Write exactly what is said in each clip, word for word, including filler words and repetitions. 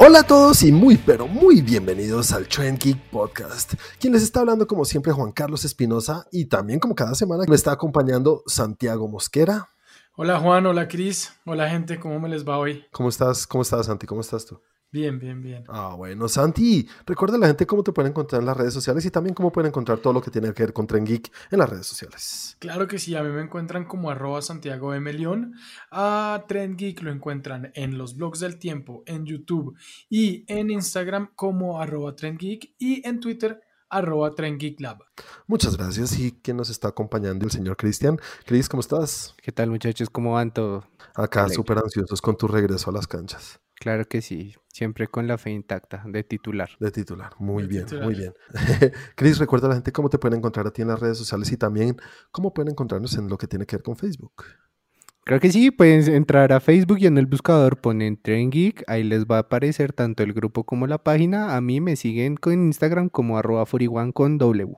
Hola a todos y muy pero muy bienvenidos al Trend Geek Podcast. Quien les está hablando como siempre Juan Carlos Espinosa y también como cada semana me está acompañando Santiago Mosquera. Hola Juan, hola Cris, hola gente, ¿cómo me les va hoy? ¿Cómo estás? ¿Cómo estás, Santi? ¿Cómo estás tú? Bien, bien, bien. Ah, bueno, Santi, recuerda a la gente cómo te pueden encontrar en las redes sociales y también cómo pueden encontrar todo lo que tiene que ver con Trend Geek en las redes sociales. Claro que sí, a mí me encuentran como arroba Santiago M. León. A Trend Geek lo encuentran en los blogs del tiempo, en YouTube y en Instagram como arroba Trend Geek y en Twitter arroba Trend Geek Lab. Muchas gracias. ¿Y quién nos está acompañando? El señor Cristian. Cris, ¿cómo estás? ¿Qué tal, muchachos? ¿Cómo van todo? Acá súper ansiosos con tu regreso a las canchas. Claro que sí, siempre con la fe intacta, de titular. De titular, muy De bien, titular. muy bien. Cris, recuerda a la gente cómo te pueden encontrar a ti en las redes sociales y también cómo pueden encontrarnos en lo que tiene que ver con Facebook. Claro que sí, pueden entrar a Facebook y en el buscador ponen Trend Geek, ahí les va a aparecer tanto el grupo como la página. A mí me siguen con Instagram como arroba cuarenta y uno con W.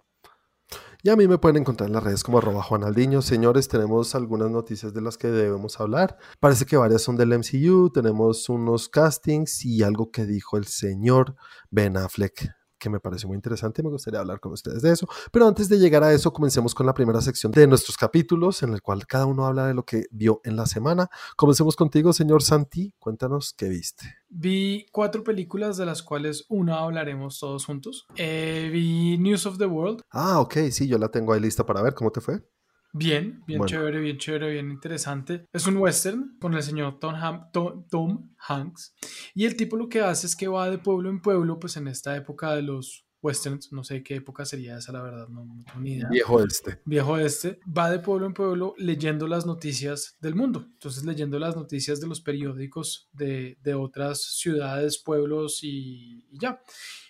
Y a mí me pueden encontrar en las redes como arroba Juanaldiño. Señores, tenemos algunas noticias de las que debemos hablar. Parece que varias son del M C U, tenemos unos castings y algo que dijo el señor Ben Affleck, que me pareció muy interesante y me gustaría hablar con ustedes de eso. Pero antes de llegar a eso, comencemos con la primera sección de nuestros capítulos, en el cual cada uno habla de lo que vio en la semana. Comencemos contigo, señor Santi. Cuéntanos qué viste. Vi cuatro películas de las cuales una hablaremos todos juntos. Eh, vi News of the World. Ah, ok, sí, yo la tengo ahí lista para ver. ¿Cómo te fue? Bien, bien Bueno. chévere, bien chévere, bien interesante. Es un western con el señor Tom, Ham- Tom, Tom Hanks. Y el tipo lo que hace es que va de pueblo en pueblo, pues en esta época de los westerns, no sé qué época sería esa, la verdad, no, no tengo ni idea. Viejo este. Viejo este, va de pueblo en pueblo leyendo las noticias del mundo. Entonces, leyendo las noticias de los periódicos de, de otras ciudades, pueblos y, y ya.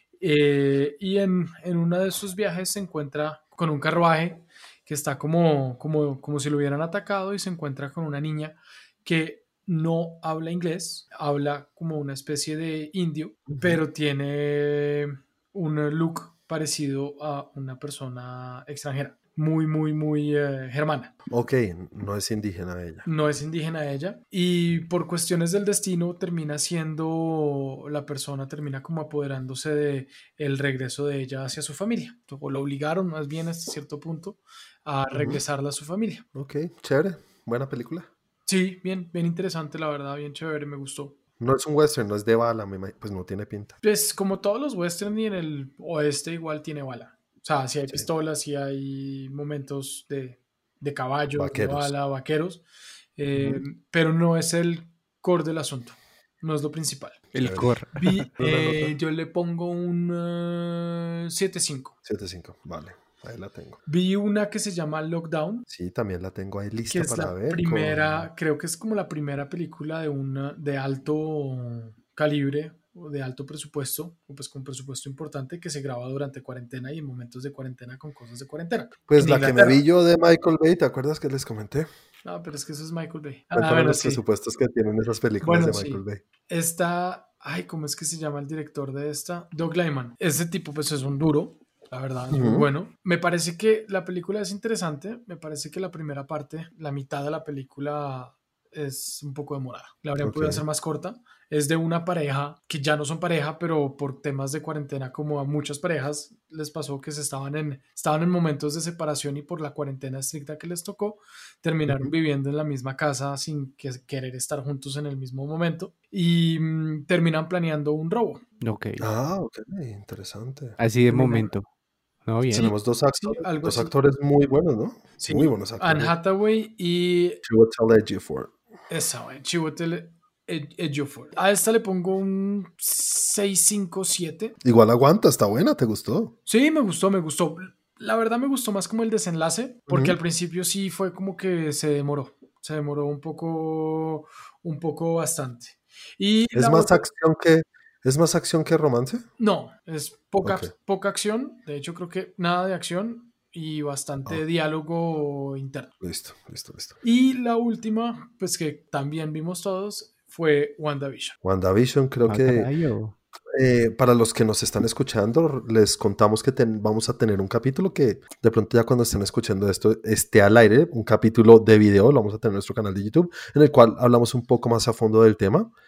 Eh, y en, en uno de sus viajes se encuentra con un carruaje que está como, como, como si lo hubieran atacado y se encuentra con una niña que no habla inglés, habla como una especie de indio, Ujú. pero tiene un look parecido a una persona extranjera, muy, muy, muy eh, germana. Ok, no es indígena ella. No es indígena ella y por cuestiones del destino termina siendo, la persona termina como apoderándose de el regreso de ella hacia su familia, o lo obligaron más bien hasta cierto punto a regresarla a su familia. Ok, chévere, buena película. Sí, bien, bien interesante la verdad, bien chévere, me gustó. No es un western, no es de bala, me ima- pues no tiene pinta. Pues como todos los western y en el oeste igual tiene bala. O sea, si hay Sí. pistolas, si hay momentos de, de caballos, Vaqueros. de bala, vaqueros, eh, Ujú. pero no es el core del asunto, no es lo principal. El Chévere. core. Vi, ¿Una eh, nota? yo le pongo un eh, siete cinco. siete cinco, vale, ahí la tengo. Vi una que se llama Lockdown, Sí, también la tengo ahí que lista es para la ver. primera, Con... creo que es como la primera película de una de alto calibre o de alto presupuesto, o pues con presupuesto importante que se graba durante cuarentena y en momentos de cuarentena con cosas de cuarentena. Pues En la que me Inglaterra. vi yo de Michael Bay, ¿te acuerdas que les comenté? Ah, pero es que eso es Michael Bay. Ah, Cuéntame bueno, los sí. presupuestos que tienen esas películas Bueno, de sí. Michael Bay. Esta, ay, ¿cómo es que se llama el director de esta? Doug Liman. Ese tipo, pues es un duro, la verdad, es muy Ujú. bueno. Me parece que la película es interesante. Me parece que la primera parte, la mitad de la película es un poco demorada. La habrían Ok. podido hacer más corta. Es de una pareja que ya no son pareja, pero por temas de cuarentena, como a muchas parejas les pasó que se estaban en, estaban en momentos de separación y por la cuarentena estricta que les tocó, terminaron Ujú. viviendo en la misma casa sin que, querer estar juntos en el mismo momento y mm, terminan planeando un robo. Ok, Ah, ok, interesante. así de Terminan, momento. ¿No? Bien. sí, Tenemos dos sí, actores, algo dos así. actores muy buenos, ¿no? Sí, Muy buenos Anne actores. Hathaway y Chiwetel Ejiofor. esa, güey, Chiwetel Ejiofor. A esta le pongo un seis cinco siete. Igual aguanta, está buena, ¿te gustó? Sí, me gustó, me gustó. La verdad me gustó más como el desenlace, porque Ujú. al principio sí fue como que se demoró, se demoró un poco, un poco bastante. Y ¿Es la más otra, acción que, es más acción que romance? no, es poca, Ok. poca acción, de hecho creo que nada de acción y Ah, bastante diálogo interno. listo, listo, listo. Y la última, pues que también vimos todos, fue WandaVision. WandaVision, creo Ah, que caray, oh. eh, para los que nos están escuchando, les contamos que ten- vamos a tener un capítulo que de pronto ya cuando estén escuchando esto esté al aire, un capítulo de video, lo vamos a tener en nuestro canal de YouTube, en el cual hablamos un poco más a fondo del tema.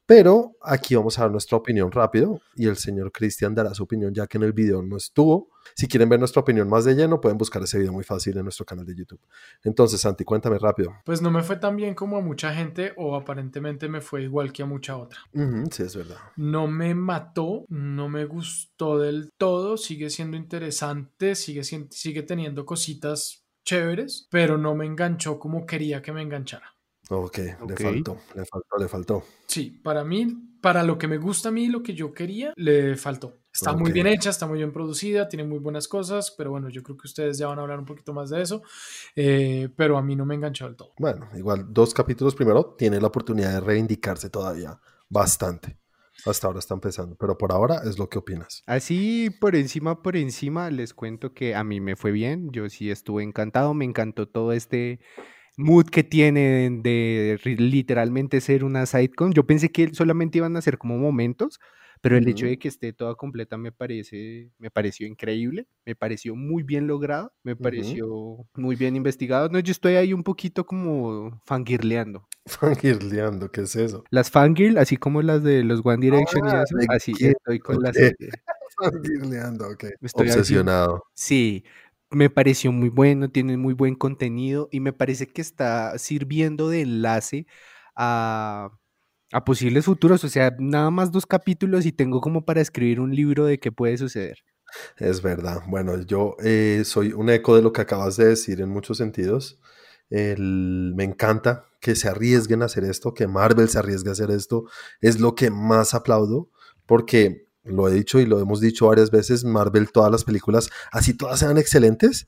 Pero aquí vamos a dar nuestra opinión rápido y el señor Cristian dará su opinión ya que en el video no estuvo. Si quieren ver nuestra opinión más de lleno, pueden buscar ese video muy fácil en nuestro canal de YouTube. Entonces, Santi, cuéntame rápido. Pues no me fue tan bien como a mucha gente, o aparentemente me fue igual que a mucha otra. Uh-huh, sí, es verdad. No me mató, no me gustó del todo, sigue siendo interesante, sigue, sigue teniendo cositas chéveres, pero no me enganchó como quería que me enganchara. Ok, okay. le faltó, le faltó, le faltó. Sí, para mí, para lo que me gusta a mí, lo que yo quería, le faltó. Está okay. muy bien hecha, está muy bien producida, tiene muy buenas cosas, pero bueno, yo creo que ustedes ya van a hablar un poquito más de eso, eh, pero a mí no me enganchó del todo. Bueno, igual dos capítulos primero tiene la oportunidad de reivindicarse todavía bastante. Hasta ahora está empezando, pero por ahora es lo que opinas. Así por encima, por encima, les cuento que a mí me fue bien, yo sí estuve encantado, me encantó todo este mood que tiene de, de literalmente ser una sitcom. Yo pensé que solamente iban a ser como momentos, pero el uh-huh. hecho de que esté toda completa me parece, me pareció increíble, me pareció muy bien logrado, me pareció uh-huh. muy bien investigado. No, yo estoy ahí un poquito como fangirleando. Fangirleando, ¿qué es eso? Las fangirl, así como las de los One Direction ah, y eso, así quiero, estoy con okay. la serie. Fangirleando, ok. Estoy obsesionado. Aquí. Sí. Me pareció muy bueno, tiene muy buen contenido y me parece que está sirviendo de enlace a, a posibles futuros, o sea, nada más dos capítulos y tengo como para escribir un libro de qué puede suceder. Es verdad, bueno, yo eh, soy un eco de lo que acabas de decir en muchos sentidos. El, me encanta que se arriesguen a hacer esto, que Marvel se arriesgue a hacer esto, es lo que más aplaudo, porque... lo he dicho y lo hemos dicho varias veces, Marvel, todas las películas, así todas sean excelentes,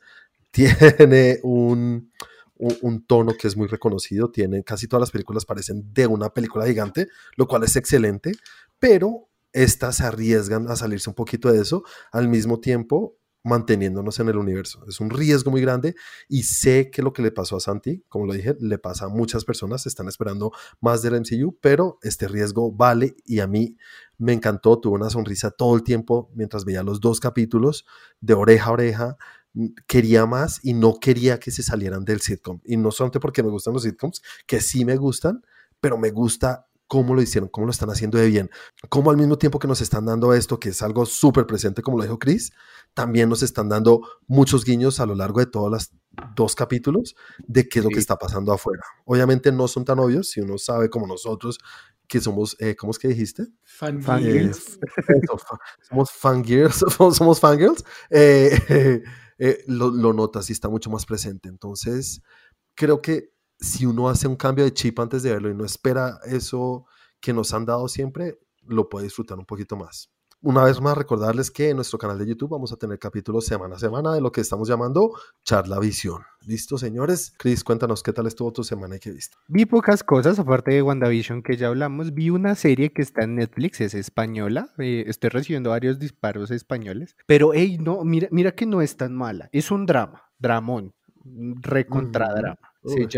tiene un, un, un tono que es muy reconocido, tiene, casi todas las películas parecen de una película gigante, lo cual es excelente, pero estas se arriesgan a salirse un poquito de eso, al mismo tiempo manteniéndonos en el universo. Es un riesgo muy grande y sé que lo que le pasó a Santi, como lo dije, le pasa a muchas personas, están esperando más del M C U, pero este riesgo vale y a mí me encantó, tuve una sonrisa todo el tiempo mientras veía los dos capítulos, de oreja a oreja, quería más y no quería que se salieran del sitcom. Y no solamente porque me gustan los sitcoms, que sí me gustan, pero me gusta cómo lo hicieron, cómo lo están haciendo de bien, cómo al mismo tiempo que nos están dando esto, que es algo súper presente, como lo dijo Chris, también nos están dando muchos guiños a lo largo de todos los dos capítulos de qué es sí. lo que está pasando afuera. Obviamente no son tan obvios, si uno sabe como nosotros, que somos, eh, ¿cómo es que dijiste? Fangirls. Eh, somos fangirls, somos fangirls, eh, eh, eh, lo, lo notas y está mucho más presente. Entonces, creo que si uno hace un cambio de chip antes de verlo y no espera eso que nos han dado siempre, lo puede disfrutar un poquito más. Una vez más, recordarles que en nuestro canal de YouTube vamos a tener capítulos semana a semana de lo que estamos llamando Charla Visión. ¿Listo, señores? Chris, cuéntanos qué tal estuvo tu semana y qué viste. Vi pocas cosas, aparte de WandaVision que ya hablamos. Vi una serie que está en Netflix, es española. Eh, estoy recibiendo varios disparos españoles. Pero, hey, no, mira, mira que no es tan mala. Es un drama, dramón, recontradrama. Uh-huh. Se Uy.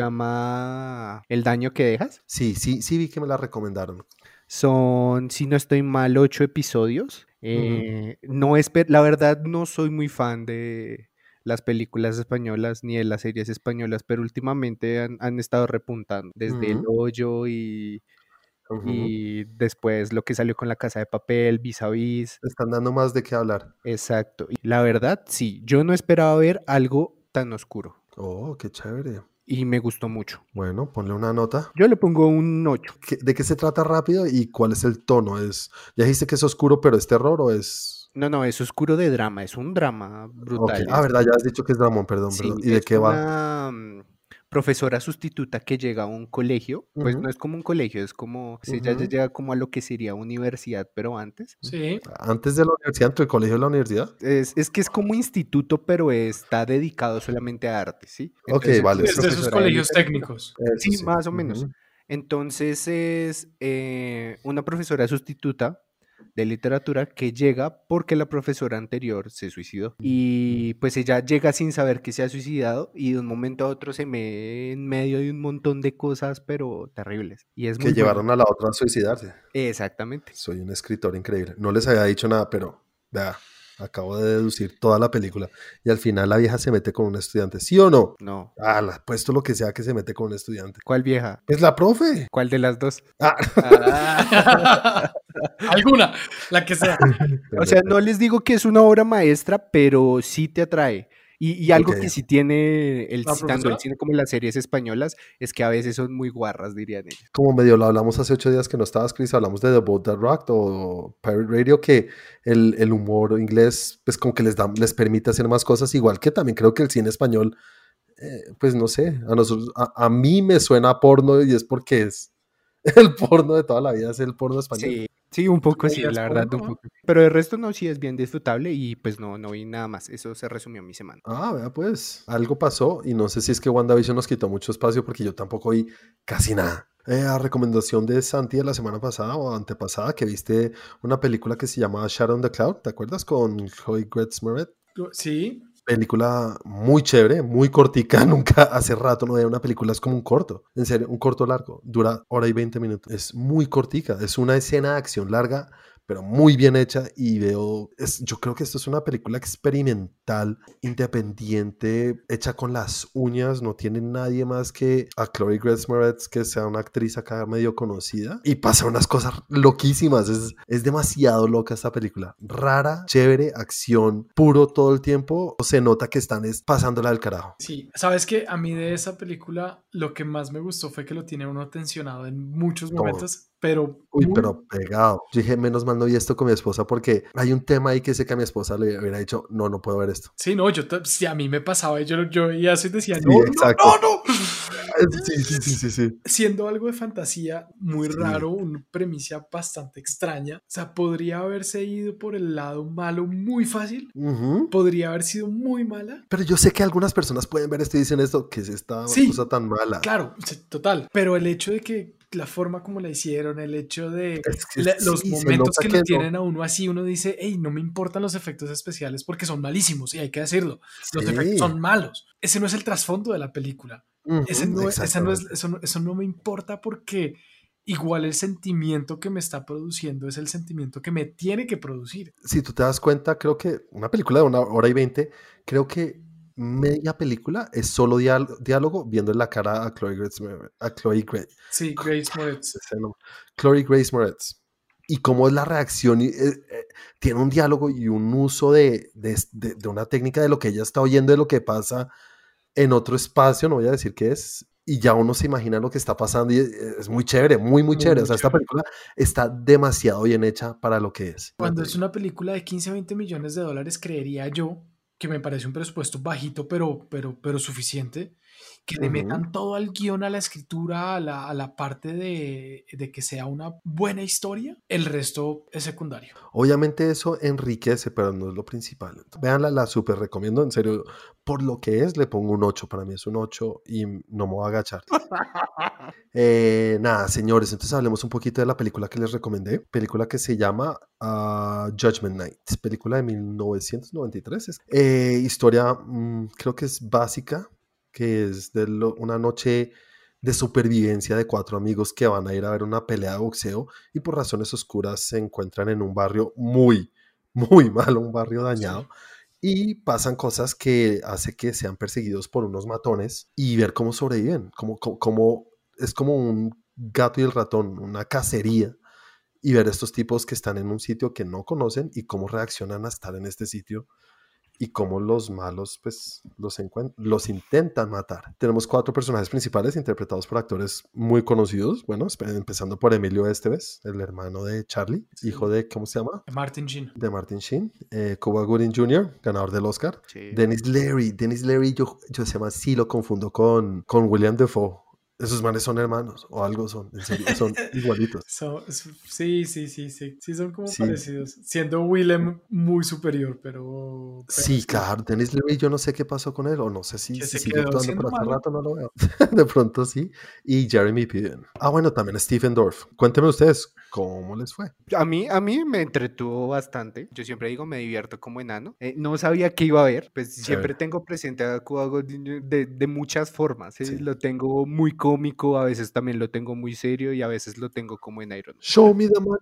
llama El daño que dejas. Sí, sí, sí vi que me la recomendaron. Son, si no estoy mal, ocho episodios. Eh, uh-huh. No es, la verdad no soy muy fan de las películas españolas ni de las series españolas, pero últimamente han, han estado repuntando desde uh-huh. El Hoyo y, uh-huh. y después lo que salió con La Casa de Papel, Vis a Vis. Están dando más de qué hablar. Exacto. Y la verdad, sí, yo no esperaba ver algo tan oscuro. Oh, qué chévere. Y me gustó mucho. Bueno, ponle una nota. Yo le pongo un ocho. ¿De qué se trata rápido y cuál es el tono? ¿Es, ya dijiste que es oscuro, pero es terror o es...? No, no, es oscuro de drama, es un drama brutal. Okay. Ah, verdad, ya has dicho que es dramón, perdón, sí, perdón. ¿Y de qué una... va? profesora sustituta que llega a un colegio, pues uh-huh. no es como un colegio, es como, uh-huh. ella ya llega como a lo que sería universidad, pero antes. Sí. Antes de la universidad, entre el colegio y la universidad. Es, es que es como instituto, pero está dedicado solamente a arte, ¿sí? Entonces, ok, vale. Es de esos colegios técnicos. Sí, sí, más o menos. Uh-huh. Entonces es eh, una profesora sustituta de literatura que llega porque la profesora anterior se suicidó y pues ella llega sin saber que se ha suicidado y de un momento a otro se me en medio de un montón de cosas pero terribles y es que muy llevaron bueno. A la otra a suicidarse. Exactamente. Soy un escritor increíble, no les había dicho nada, pero vea, Acabo de deducir toda la película. Y al final la vieja se mete con un estudiante, ¿sí o no? No. Ah, la, puesto lo que sea que se mete con un estudiante. ¿Cuál vieja? Es la profe. ¿Cuál de las dos? Ah. Ah. Alguna, la que sea. O sea, no les digo que es una obra maestra, pero sí te atrae. Y, y algo Ok. que sí tiene el, ¿La tanto el profesora? cine como las series españolas es que a veces son muy guarras, dirían ellos. Como medio lo hablamos hace ocho días que no estabas, Chris, hablamos de The Boat That Rocked o Pirate Radio, que el, el humor inglés, pues como que les, da, les permite hacer más cosas, igual que también creo que el cine español, eh, pues no sé, a, nosotros, a, a mí me suena a porno y es porque es el porno de toda la vida, es el porno español. Sí, sí, un poco sí, Comedias la verdad, porno, un ¿no? poco. Pero el resto no, sí es bien disfrutable y pues no, no vi nada más. Eso se resumió mi semana. Ah, vea pues, algo pasó y no sé si es que WandaVision nos quitó mucho espacio porque yo tampoco vi casi nada. Eh, a recomendación de Santi de la semana pasada o antepasada que viste una película que se llama Shadow on the Cloud, ¿te acuerdas? Con Chloe Grace Moretz. Sí. Película muy chévere, muy cortica, nunca hace rato no veía una película, es como un corto, en serio, un corto largo, dura hora y veinte minutos, es muy cortica, es una escena de acción larga, pero muy bien hecha y veo, es, yo creo que esto es una película experimental, independiente, hecha con las uñas, no tiene nadie más que a Chloe Grace Moretz, que sea una actriz acá medio conocida, y pasa unas cosas loquísimas, es, es demasiado loca esta película, rara, chévere, acción, puro todo el tiempo, se nota que están es, pasándola del carajo. Sí, sabes que a mí de esa película lo que más me gustó fue que lo tiene uno tensionado en muchos momentos, Todo. pero Uy, muy... pero pegado. Yo dije, menos mal no vi esto con mi esposa porque hay un tema ahí que sé que a mi esposa le hubiera dicho, no, no puedo ver esto. Sí, no, yo, si a mí me pasaba, yo, yo y eso y decía, Sí, no, exacto. no, no, no. Sí, sí, sí, sí, sí. Siendo algo de fantasía muy Sí. raro, una premisa bastante extraña, o sea, podría haberse ido por el lado malo muy fácil, Uh-huh. podría haber sido muy mala. Pero yo sé que algunas personas pueden ver esto y dicen esto, que es esta Sí, cosa tan mala. claro, sí, total, pero el hecho de que la forma como la hicieron, el hecho de Es que la, los sí, se momentos nota que, que lo no. tienen a uno así, uno dice, hey, no me importan los efectos especiales porque son malísimos y hay que decirlo, los efectos Sí. son malos. Ese no es el trasfondo de la película. Uh-huh, Ese no, esa no es, exactamente. eso, no, eso no me importa porque igual el sentimiento que me está produciendo es el sentimiento que me tiene que producir. Si tú te das cuenta, creo que una película de una hora y veinte, creo que media película es solo diál- diálogo viendo en la cara a Chloe Grace, Moretz- a Chloe Grace, Sí, Grace Moretz. ese nombre, Chloe Grace Moretz. Y cómo es la reacción, y, eh, eh, tiene un diálogo y un uso de, de, de, de una técnica de lo que ella está oyendo, de lo que pasa en otro espacio, no voy a decir qué es, y ya uno se imagina lo que está pasando y es, es muy chévere, muy, muy, Muy, chévere. muy O sea, esta chévere. película está demasiado bien hecha para lo que es. Cuando Ya te es digo. una película de quince a veinte millones de dólares, creería yo que me parece un presupuesto bajito, pero, pero, pero suficiente, que le Ujú. metan todo al guión, a la escritura, a la, a la parte de, de que sea una buena historia. El resto es secundario. Obviamente eso enriquece, pero no es lo principal. Veanla, la súper recomiendo, en serio. Por lo que es, le pongo un ocho. Para mí es un ocho y no me voy a agachar. Eh, nada, señores, entonces hablemos un poquito de la película que les recomendé. Película que se llama uh, Judgment Night. Película de mil novecientos noventa y tres. Eh, historia, mmm, creo que es básica, que es de lo, una noche de supervivencia de cuatro amigos que van a ir a ver una pelea de boxeo y por razones oscuras se encuentran en un barrio muy, muy malo, un barrio dañado. Sí. Y pasan cosas que hace que sean perseguidos por unos matones y ver cómo sobreviven, cómo, cómo, cómo es como un gato y el ratón, una cacería, y ver estos tipos que están en un sitio que no conocen y cómo reaccionan a estar en este sitio y cómo los malos pues los, los intentan matar. Tenemos cuatro personajes principales interpretados por actores muy conocidos, bueno, empezando por Emilio Estevez, el hermano de Charlie, sí. hijo de, ¿cómo se llama? Martin Sheen. De Martin Sheen. Eh, Cuba Gooding junior, ganador del Oscar. Sí. Dennis Leary, Dennis Leary, yo, yo se llama, sí lo confundo con, con William Dafoe. Esos manes son hermanos o algo son, en serio, son igualitos. So, sí, sí, sí, sí, sí son como sí. parecidos, siendo Willem muy superior, pero... pero sí, sí, claro, Dennis Leary, yo no sé qué pasó con él, o no sé si, si sigue actuando, pero hace rato no lo veo. De pronto sí. Y Jeremy Piven. Ah, bueno, también Stephen Dorff. Cuéntenme ustedes, ¿cómo les fue? A mí, a mí me entretuvo bastante. Yo siempre digo, me divierto como enano. Eh, no sabía qué iba a ver, pues sí. Siempre tengo presente a Cuba Gooding de, de muchas formas. ¿eh? Sí. Lo tengo muy cómico, a veces también lo tengo muy serio y a veces lo tengo como en Iron Man. Show me the money.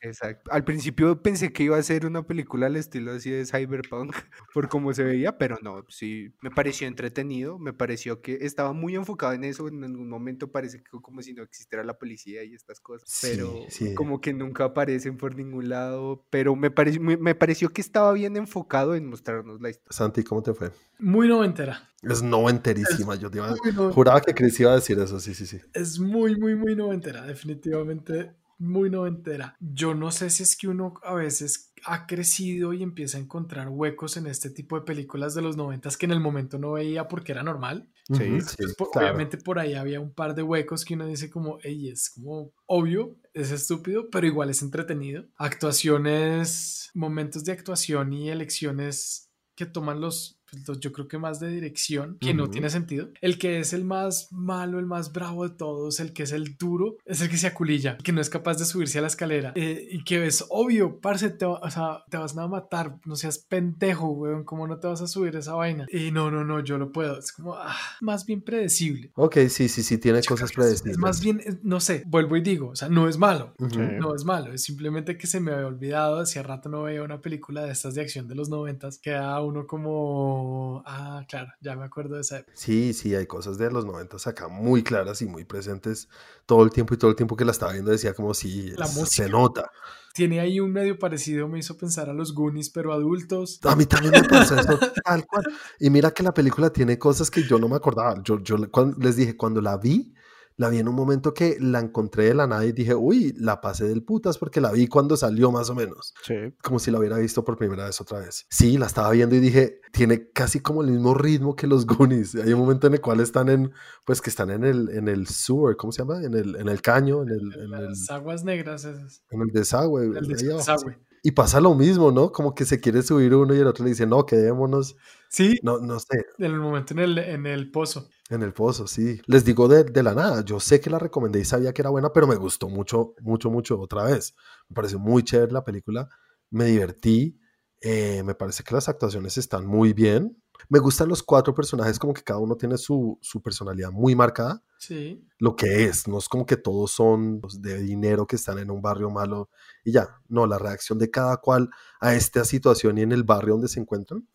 Exacto. Al principio pensé que iba a ser una película al estilo así de Cyberpunk, por cómo se veía, pero no, sí, me pareció entretenido, me pareció que estaba muy enfocado en eso, en algún momento parece que como si no existiera la policía y estas cosas, pero Sí, sí. como que nunca aparecen por ningún lado, pero me, pareció, me, me pareció que estaba bien enfocado en mostrarnos la historia. Santi, ¿cómo te fue? Muy noventera. Es noventerísima, yo te iba, Muy noventera. juraba que Chris iba a decir eso, sí, sí, sí. Es muy, muy, muy noventera, definitivamente muy noventera. Yo no sé si es que uno a veces ha crecido y empieza a encontrar huecos en este tipo de películas de los noventas que en el momento no veía porque era normal. Sí, Ujú, Entonces, sí, po- claro. obviamente por ahí había un par de huecos que uno dice como, ey, es como obvio, es estúpido, pero igual es entretenido. Actuaciones, momentos de actuación y elecciones que toman los, pues, los- yo creo que más de dirección, que no Ujú. tiene sentido. El que es el más malo, el más bravo de todos, el que es el duro, es el que se aculilla, que no es capaz de subirse a la escalera. Eh, y que es obvio, parce, te, va- o sea, te vas a matar, no seas pendejo, weón, ¿cómo no te vas a subir a esa vaina? Y no, no, no, yo lo puedo. Es como, ah, más bien predecible. Ok, sí, sí, sí, tiene Yo cosas creo que es, es más predecibles. bien, eh, no sé, vuelvo y digo, o sea, no es malo. Ujú. Sí. No es malo, es simplemente que se me había olvidado, hacía rato no veía una película de estas de acción de los noventas, queda uno como, ah, claro, ya me acuerdo de esa época. Sí, sí, hay cosas de los noventas acá muy claras y muy presentes todo el tiempo y todo el tiempo que la estaba viendo decía como si La música se nota. tiene ahí un medio parecido, me hizo pensar a los Goonies, pero adultos. A mí también me pasó eso tal cual. Y mira que la película tiene cosas que yo no me acordaba. Yo, yo le- cuando, les dije, cuando la vi, la vi en un momento que la encontré de la nada y dije, uy, la pasé del putas porque la vi cuando salió más o menos. Sí. Como si la hubiera visto por primera vez otra vez. Sí, la estaba viendo y dije, tiene casi como el mismo ritmo que los Goonies. Hay un momento en el cual están en, pues que están en el, en el sewer, ¿cómo se llama? En el, en el caño, en el, en el, Las aguas negras esas. en el desagüe, El ahí abajo. Sí. desagüe. Y pasa lo mismo, ¿no? Como que se quiere subir uno y el otro le dice, no, quedémonos. Sí, No, no sé, en el momento en el, en el pozo. en el pozo, sí. Les digo de, de la nada, yo sé que la recomendé y sabía que era buena, pero me gustó mucho, mucho, mucho otra vez. Me pareció muy chévere la película, me divertí, eh, me parece que las actuaciones están muy bien. Me gustan los cuatro personajes, como que cada uno tiene su, su personalidad muy marcada, Sí. lo que es, no es como que todos son los de dinero que están en un barrio malo y ya, no, la reacción de cada cual a esta situación y en el barrio donde se encuentran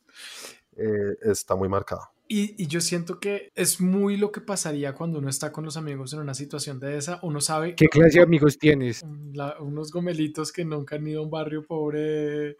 eh, está muy marcada. Y, y yo siento que es muy lo que pasaría cuando uno está con los amigos en una situación de esa. Uno sabe ¿Qué clase de amigos tienes? la- unos gomelitos que nunca han ido a un barrio pobre.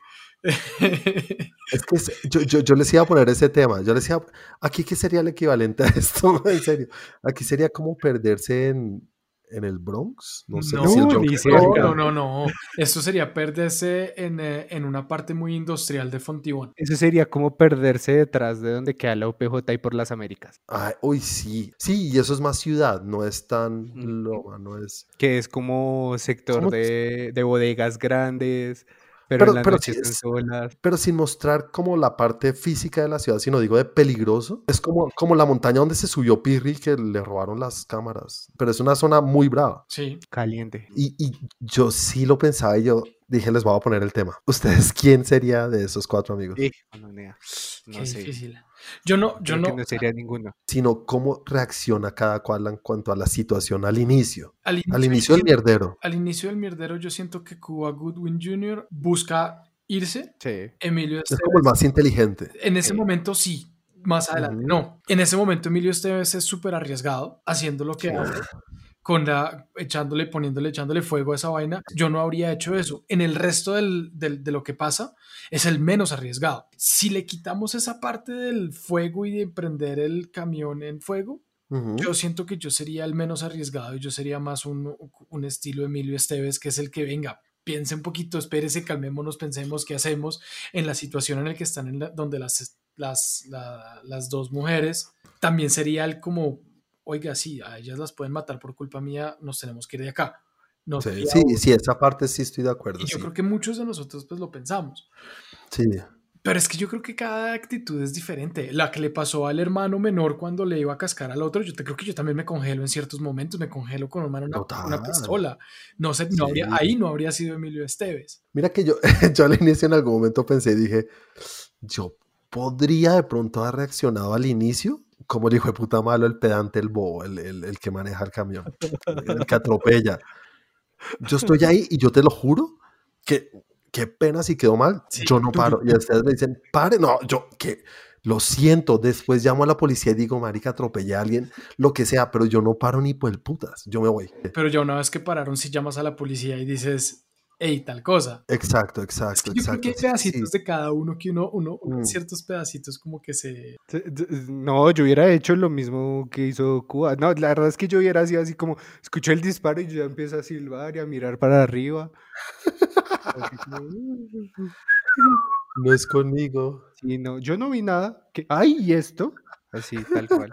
Es que es- yo, yo, yo les iba a poner ese tema, yo les decía, aquí qué sería el equivalente a esto, en serio, aquí sería como perderse en, en el Bronx, no sé, No, si el No, Joker ni es no, cerca. no, no, no. Esto sería perderse en, eh, en una parte muy industrial de Fontibón. Eso sería como perderse detrás de donde queda la U P J y por las Américas, Ay, uy, sí, sí, y eso es más ciudad, no es tan Ujú. loma, no es... que es como sector ¿Cómo? de, de bodegas grandes, pero en Pero, la pero, noche sí están es- solas. pero sin mostrar como la parte física de la ciudad, sino digo de peligroso. Es como, como la montaña donde se subió Pirri que le robaron las cámaras, pero es una zona muy brava. Sí. Caliente. Y, y yo sí lo pensaba y yo dije, les voy a poner el tema. ¿Ustedes quién sería de esos cuatro amigos? Sí, no, ni idea. Qué No sé. difícil. Yo no, yo Creo que no. no sería ninguno. Sino cómo reacciona cada cual en cuanto a la situación al inicio. Al inicio, Al yo inicio del siento- mierdero. al inicio del mierdero, yo siento que Cuba Goodwin junior busca irse. Sí. Emilio Es como el Esteves, más inteligente. en ese Sí. momento sí, más adelante Ujú. no. En ese momento Emilio Esteves es súper arriesgado, haciendo lo que Sí. hace, con la, echándole, poniéndole, echándole fuego a esa vaina. Yo no habría hecho eso. En el resto del, del- de lo que pasa, es el menos arriesgado. Si le quitamos esa parte del fuego y de prender el camión en fuego, Ujú. yo siento que yo sería el menos arriesgado y yo sería más un, un estilo Emilio Esteves, que es el que venga, piense un poquito, espérese, calmémonos, pensemos qué hacemos en la situación en la que están, en la- donde las, las, la- las dos mujeres. También sería el como, oiga, sí, a ellas las pueden matar por culpa mía, nos tenemos que ir de acá. No Sí, sería sí, uno. sí, esa parte sí estoy de acuerdo, Y yo sí. creo que muchos de nosotros pues lo pensamos. Sí. Pero es que yo creo que cada actitud es diferente. La que le pasó al hermano menor cuando le iba a cascar al otro, yo te creo que yo también me congelo en ciertos momentos, me congelo con una, una, una Total. pistola. No sé, no Sí. habría, ahí no habría sido Emilio Esteves. Mira que yo, yo al inicio en algún momento pensé y dije, yo podría de pronto haber reaccionado al inicio como el hijo de puta malo, el pedante, el bobo, el, el, el que maneja el camión, el que atropella. Yo estoy ahí y yo te lo juro qué, qué pena si quedó mal, Sí, yo no tú- paro. Y ustedes me dicen, pare, no, yo, que lo siento, después llamo a la policía y digo, marica, atropellé a alguien, lo que sea, pero yo no paro ni por el putas, yo me voy. Pero ya una vez que pararon, si llamas a la policía y dices, hey, tal cosa. Exacto, Es exacto, que yo creo que exacto. hay Sí, pedacitos sí. de cada uno que uno, uno, uno en Mm. ciertos pedacitos como que se... Se- d- No, yo hubiera hecho lo mismo que hizo Cuba. No, la verdad es que yo hubiera sido así como, escucho el disparo y yo ya empiezo a silbar y a mirar para arriba. Así como, No es conmigo. sí, no, yo no vi nada. Que, ay, ¿y esto? Así, tal cual.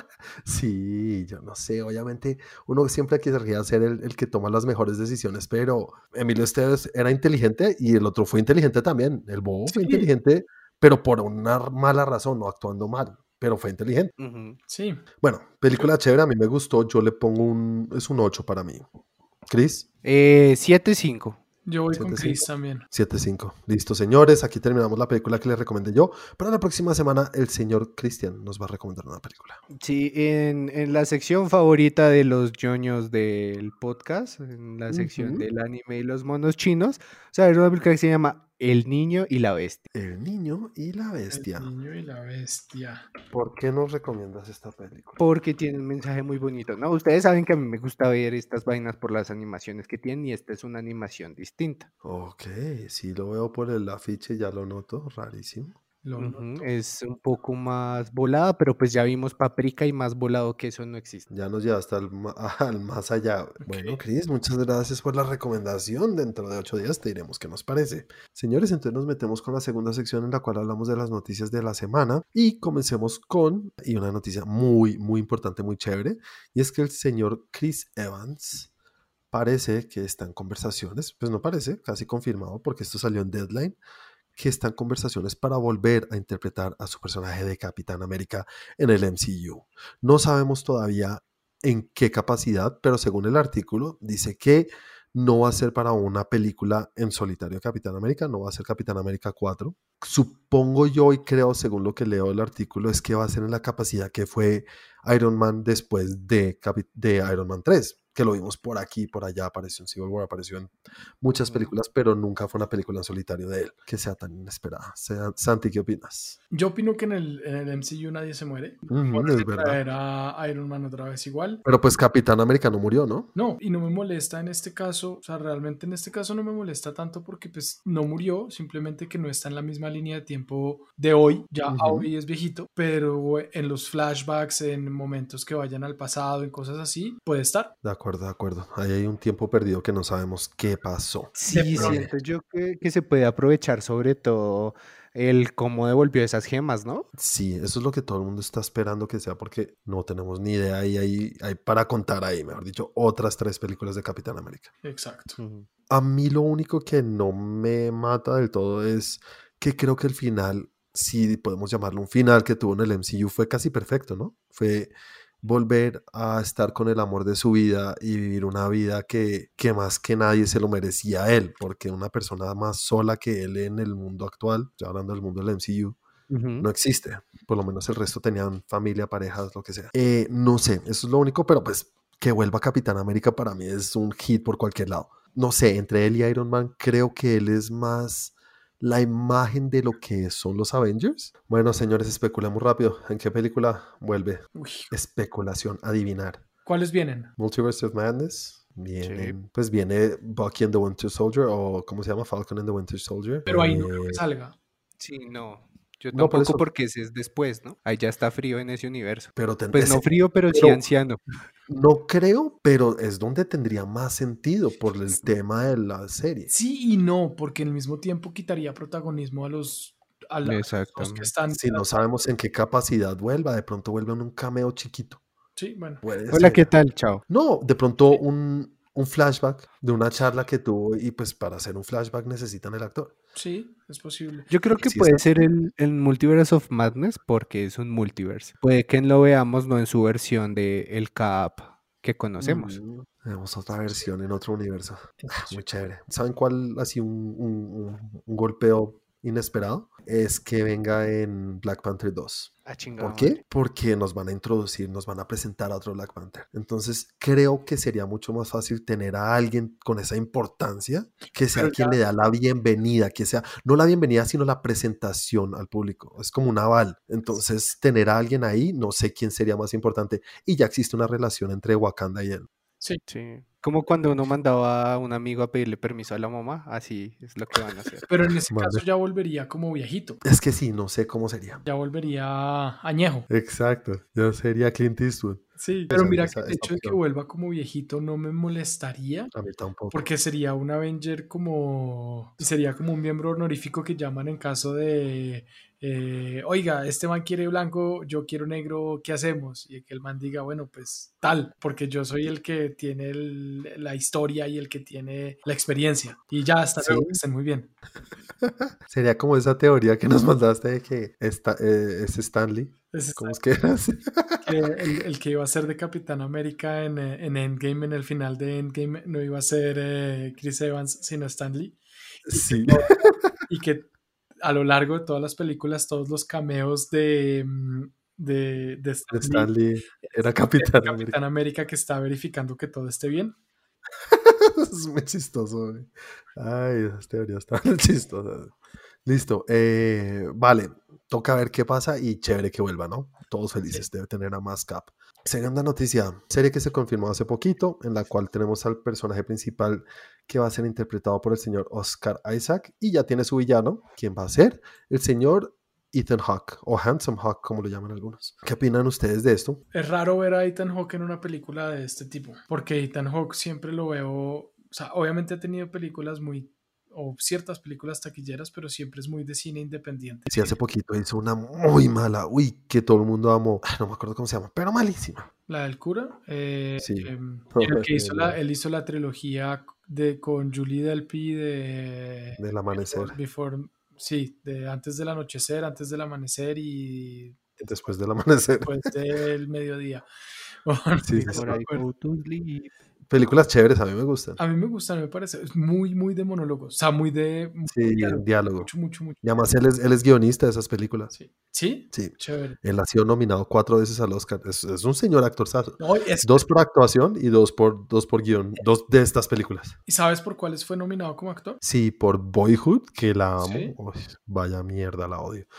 Sí, yo no sé, obviamente uno siempre querría ser el, el que toma las mejores decisiones, pero Emilio Esteves era inteligente y el otro fue inteligente también. El bobo fue Sí, inteligente, pero por una mala razón, no actuando mal, pero fue inteligente. Ujú. sí. Bueno, película chévere, a mí me gustó, yo le pongo un, es un ocho para mí. ¿Chris? Eh, siete cinco. Yo voy con siete Chris cinco. también. siete cinco. Listo, señores, aquí terminamos la película que les recomendé yo. Para la próxima semana, el señor Cristian nos va a recomendar una película. Sí, en, en la sección favorita de los ñoños del podcast, en la sección Ujú. del anime y los monos chinos, o sea, hay una película que se llama El niño y la bestia. El niño y la El bestia. niño y la bestia. ¿Por qué nos recomiendas esta película? Porque tiene un mensaje muy bonito, ¿no? Ustedes saben que a mí me gusta ver estas vainas por las animaciones que tienen y esta es una animación distinta. Ok, sí lo veo por el afiche, ya lo noto, rarísimo. Lo Ujú, noto. es un poco más volada, pero pues ya vimos Paprika y más volado que eso no existe. Ya nos lleva hasta el, ma- al más allá. Bueno, Cris, muchas gracias por la recomendación. Dentro de ocho días te diremos qué nos parece. Señores, entonces nos metemos con la segunda sección en la cual hablamos de las noticias de la semana y comencemos con, y una noticia muy, muy importante, muy chévere, y es que el señor Chris Evans parece que está en conversaciones, pues no parece, casi confirmado porque esto salió en Deadline, que está en conversaciones para volver a interpretar a su personaje de Capitán América en el M C U. No sabemos todavía en qué capacidad, pero según el artículo dice que no va a ser para una película en solitario Capitán América, no va a ser Capitán América cuatro. Supongo yo y creo, según lo que leo del artículo, es que va a ser en la capacidad que fue Iron Man después de, Capi- de Iron Man tres, que lo vimos por aquí, por allá, apareció en Civil War, apareció en muchas Ujú. películas, pero nunca fue una película en solitario de él que sea tan inesperada. Sea- Santi, ¿qué opinas? Yo opino que en el, en el M C U nadie se muere. Ujú, Pueden es verdad. traer a Iron Man otra vez igual. Pero pues Capitán América no murió, ¿no? No, y no me molesta en este caso, o sea, realmente en este caso no me molesta tanto porque pues no murió, simplemente que no está en la misma línea de tiempo de hoy, ya Ujú. hoy es viejito, pero en los flashbacks, en momentos que vayan al pasado, en cosas así, puede estar. De acuerdo, de acuerdo. Ahí hay un tiempo perdido que no sabemos qué pasó. Sí, pronto. siento yo que, que se puede aprovechar sobre todo el cómo devolvió esas gemas, ¿no? Sí, eso es lo que todo el mundo está esperando que sea porque no tenemos ni idea y hay, hay para contar ahí, mejor dicho, otras tres películas de Capitán América. Exacto. Ujú. A mí lo único que no me mata del todo es que creo que el final, si podemos llamarlo un final que tuvo en el M C U, fue casi perfecto, ¿no? Fue volver a estar con el amor de su vida y vivir una vida que, que más que nadie se lo merecía a él, porque una persona más sola que él en el mundo actual, ya hablando del mundo del M C U, Ujú. no existe. Por lo menos el resto tenían familia, parejas, lo que sea. Eh, no sé, eso es lo único, pero pues que vuelva Capitán América para mí es un hit por cualquier lado. No sé, entre él y Iron Man creo que él es más la imagen de lo que son los Avengers. Bueno, señores, especulemos rápido. ¿En qué película vuelve? Uy, Especulación, adivinar. ¿cuáles vienen? Multiverse of Madness. Vienen, pues viene Bucky and the Winter Soldier o ¿cómo se llama? Falcon and the Winter Soldier. Pero ahí no creo Eh, que salga. Sí, no. Yo No, por tampoco eso. porque ese es después, ¿no? Ahí ya está frío en ese universo. Pero ten- Pues no ese- frío, pero sí pero- anciano. No creo, pero es donde tendría más sentido por el tema de la serie. Sí y no, porque al mismo tiempo quitaría protagonismo a los, a la- a los que Exactamente. están. Si no sabemos en qué capacidad vuelva, de pronto vuelve en un cameo chiquito. Sí, bueno. Puede Hola, ser. ¿qué tal? Chao. No, de pronto un, un flashback de una charla que tuvo y pues para hacer un flashback necesitan el actor. Sí, es posible. Yo creo que Sí, puede está- ser el, el Multiverse of Madness porque es un multiverse. Puede que lo veamos no en su versión de el Cap que conocemos. Mm, Tenemos otra versión en otro universo. Es Ah, muy posible. chévere. ¿Saben cuál así un, un- un- un golpeo inesperado es que venga en Black Panther dos. Ah, chingada ¿Por qué? madre. Porque nos van a introducir, nos van a presentar a otro Black Panther. Entonces creo que sería mucho más fácil tener a alguien con esa importancia que sea Pero quien ya, le da la bienvenida, que sea, no la bienvenida, sino la presentación al público. Es como un aval. Entonces tener a alguien ahí, no sé quién sería más importante. Y ya existe una relación entre Wakanda y él. sí, Sí. Como cuando uno mandaba a un amigo a pedirle permiso a la mamá, así es lo que van a hacer. pero en ese Vale. caso ya volvería como viejito, Es que sí, no sé cómo sería. ya volvería añejo. Exacto, ya sería Clint Eastwood. Sí, pero Esa- mira esa- que el esa hecho de que opción. vuelva como viejito no me molestaría, A mí tampoco. porque sería un Avenger como, sería como un miembro honorífico que llaman en caso de, eh, oiga, este man quiere blanco, yo quiero negro, ¿qué hacemos? Y que el man diga, bueno, pues tal, porque yo soy el que tiene el- la historia y el que tiene la experiencia. Y ya, hasta Sí. luego, que estén muy bien. Sería como esa teoría que nos mandaste de que esta, eh, es Stanley. Ese ¿Cómo es que era? que el, el que iba a ser de Capitán América en, eh, en Endgame, en el final de Endgame, no iba a ser eh, Chris Evans, sino Stan Lee. Y que, Sí. todo- y que a lo largo de todas las películas, todos los cameos de, mm, de, de Stan De Lee, Stanley era es Capitán el América. Capitán América que está verificando que todo esté bien. Es muy chistoso, güey. Ay, esas teorías están chistosas. Listo. eh, vale, toca ver qué pasa y chévere que vuelva, ¿no? Todos felices, Sí. debe tener a más cap. Segunda noticia, serie que se confirmó hace poquito, en la cual tenemos al personaje principal que va a ser interpretado por el señor Oscar Isaac y ya tiene su villano, quien va a ser el señor Ethan Hawke o Handsome Hawke, como lo llaman algunos. ¿Qué opinan ustedes de esto? Es raro ver a Ethan Hawke en una película de este tipo, porque Ethan Hawke siempre lo veo, o sea, obviamente ha tenido películas muy, o ciertas películas taquilleras, pero siempre es muy de cine independiente. Sí, hace poquito hizo una muy mala, uy, que todo el mundo amó. Ay, no me acuerdo cómo se llama, pero malísima. La del cura, eh, Sí. em, No, el que hizo la, no, él hizo la trilogía de, con Julie Delpy de del amanecer, Before, Before- sí, de antes del anochecer, antes del amanecer y después del amanecer. después del mediodía. Sí, sí, No sí. me Before I acuerdo. go to sleep. Películas chéveres, a mí me gustan. A mí me gusta, me parece, es muy, muy de monólogos, o sea, muy de, muy de Sí, diálogo, diálogo. mucho, mucho, mucho. Y además él es, él es guionista de esas películas. Sí, ¿sí? Sí. Chévere. Él ha sido nominado cuatro veces al Oscar. Es, es un señor actorzazo. No, es- Dos por actuación y dos por, dos por guión. Dos de estas películas. ¿Y sabes por cuáles fue nominado como actor? Sí, por Boyhood, que la amo. Sí. Uy, vaya mierda, la odio.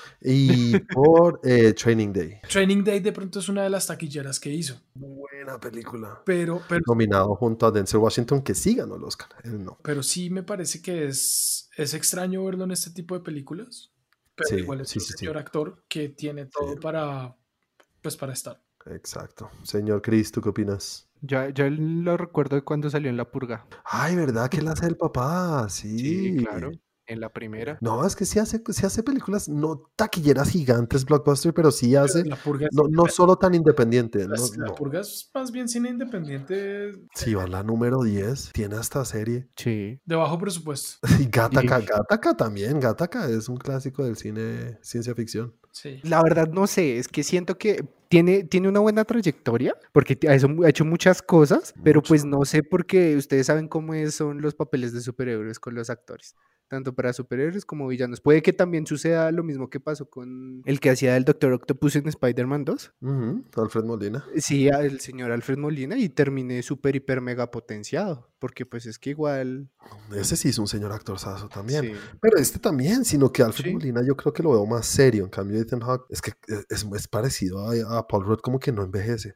Y por eh, Training Day. Training Day de pronto es una de las taquilleras que hizo, Buena película. pero, pero Nominado junto a Denzel Washington, que sí ganó el Oscar. Él no. pero sí me parece que es, es extraño verlo en este tipo de películas, pero Sí, igual es sí, un sí, sí. señor actor que tiene todo Sí. para, pues, para estar. Exacto. Señor Chris, ¿tú qué opinas? Yo, yo lo recuerdo de cuando salió en La Purga. Ay, ¿verdad que él hace el papá? Sí, Sí. claro. En la primera. No, es que sí hace, sí hace películas, no taquilleras gigantes, blockbuster, pero sí Pero hace, La Purga es, no, no solo tan independiente, no, las- La no. Purga es más bien cine independiente Sí, va la número diez, tiene hasta serie. Sí. de bajo presupuesto. Y Gattaca, Y- Gattaca también, Gattaca es un clásico del cine ciencia ficción. Sí. La verdad no sé, es que siento que tiene, tiene una buena trayectoria, porque ha hecho, ha hecho muchas cosas, pero Mucho. pues no sé porque ustedes saben cómo es- son los papeles de superhéroes con los actores, tanto para superhéroes como villanos. Puede que también suceda lo mismo que pasó con el que hacía el Doctor Octopus en Spider-Man dos. Ujú, Alfred Molina. Sí, a- el señor Alfred Molina y terminé súper, hiper, mega potenciado, porque pues es que igual... Ese sí es un señor actorzazo también. Sí. Pero este también, sino que Alfred Sí. Molina yo creo que lo veo más serio. En cambio, Ethan Hawke es que es, es parecido a, a Paul Rudd, como que no envejece.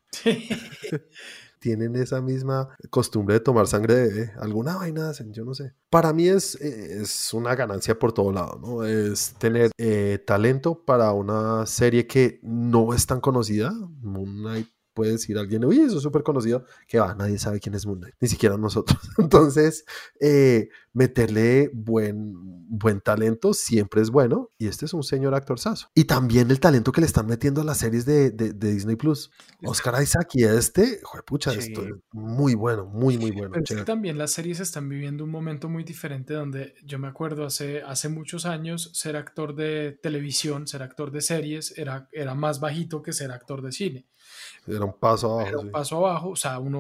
Tienen esa misma costumbre de tomar sangre de bebé. Alguna vaina hacen, yo no sé. Para mí es, eh, es una ganancia por todo lado, ¿no? Es tener eh, talento para una serie que no es tan conocida. Moon Knight, puede decir alguien, uy, eso es súper conocido, que va, nadie sabe quién es Moon Knight, ni siquiera nosotros. Entonces, eh, meterle buen, buen talento siempre es bueno, y este es un señor actorzazo. Y también el talento que le están metiendo a las series de, de, de Disney Plus. Oscar Isaac y este, juepucha, Sí. esto es muy bueno, muy, muy bueno. Pero es que chévere. también las series están viviendo un momento muy diferente donde yo me acuerdo hace, hace muchos años ser actor de televisión, ser actor de series era, era más bajito que ser actor de cine. Era un paso abajo. Era un Sí. paso abajo, o sea, uno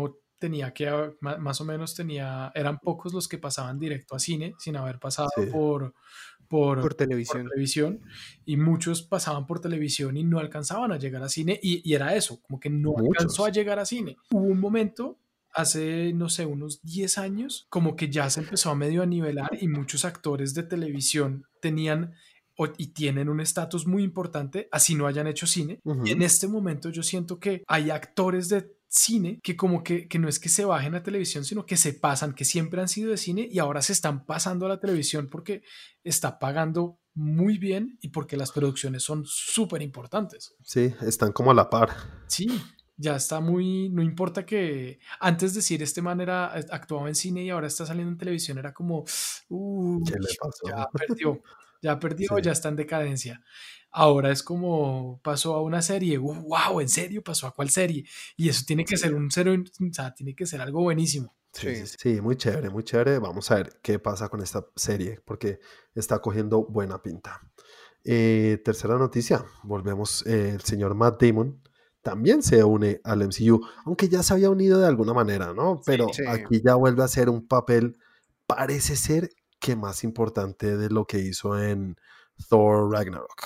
tenía que, más o menos tenía, eran pocos los que pasaban directo a cine sin haber pasado Sí. por, por, Por televisión. por televisión, y muchos pasaban por televisión y no alcanzaban a llegar a cine, y, y era eso, como que no Muchos. alcanzó a llegar a cine. Hubo un momento hace, no sé, unos diez años, como que ya se empezó a medio a nivelar y muchos actores de televisión tenían o, y tienen un estatus muy importante, así no hayan hecho cine. Ujú. Y en este momento yo siento que hay actores de cine que como que, que no es que se bajen a televisión, sino que se pasan, que siempre han sido de cine y ahora se están pasando a la televisión porque está pagando muy bien y porque las producciones son súper importantes. Sí, están como a la par. Sí, ya está muy, no importa que antes decir este man era, actuaba en cine y ahora está saliendo en televisión, era como, uh, ¿Qué le pasó? ya perdió, ya perdió, Sí. ya está en decadencia. Ahora es como pasó a una serie, uh, wow, ¿en serio? ¿Pasó a cuál serie? Y eso tiene que Sí. ser un cero, o sea, tiene que ser algo buenísimo. Sí, Sí. sí, sí, muy chévere, muy chévere. Vamos a ver qué pasa con esta serie, porque está cogiendo buena pinta. Eh, tercera noticia, volvemos, eh, el señor Matt Damon también se une al M C U, aunque ya se había unido de alguna manera, ¿no? Pero Sí. aquí ya vuelve a hacer un papel, parece ser que más importante de lo que hizo en Thor Ragnarok.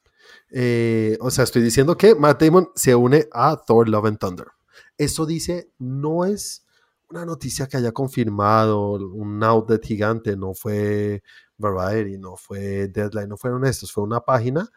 Eh, o sea, estoy diciendo que Matt Damon se une a Thor Love and Thunder. Eso dice, no es una noticia que haya confirmado un outlet gigante, no fue Variety, no fue Deadline, no fueron estos, fue una página